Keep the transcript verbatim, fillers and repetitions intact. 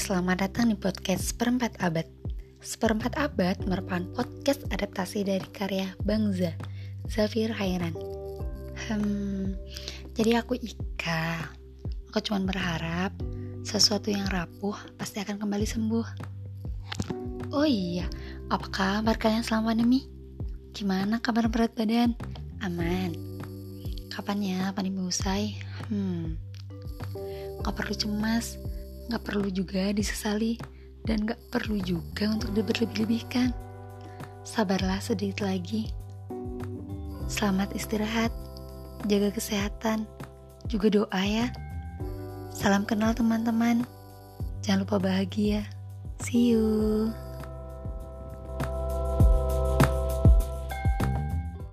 selamat datang di podcast Seperempat Abad. Seperempat Abad merupakan podcast adaptasi dari karya Bangza, Zafir Hairan. Hmm, jadi aku Ika. Aku cuma berharap sesuatu yang rapuh pasti akan kembali sembuh. Oh iya, apa kabar kalian selama pandemi? Gimana kabar berat badan? Aman? Kapan ya pandemi usai? Hmm, gak perlu cemas, gak perlu juga disesali, dan gak perlu juga untuk diberlebih-lebihkan. Sabarlah sedikit lagi. Selamat istirahat, jaga kesehatan, juga doa ya. Salam kenal teman-teman. Jangan lupa bahagia. See you.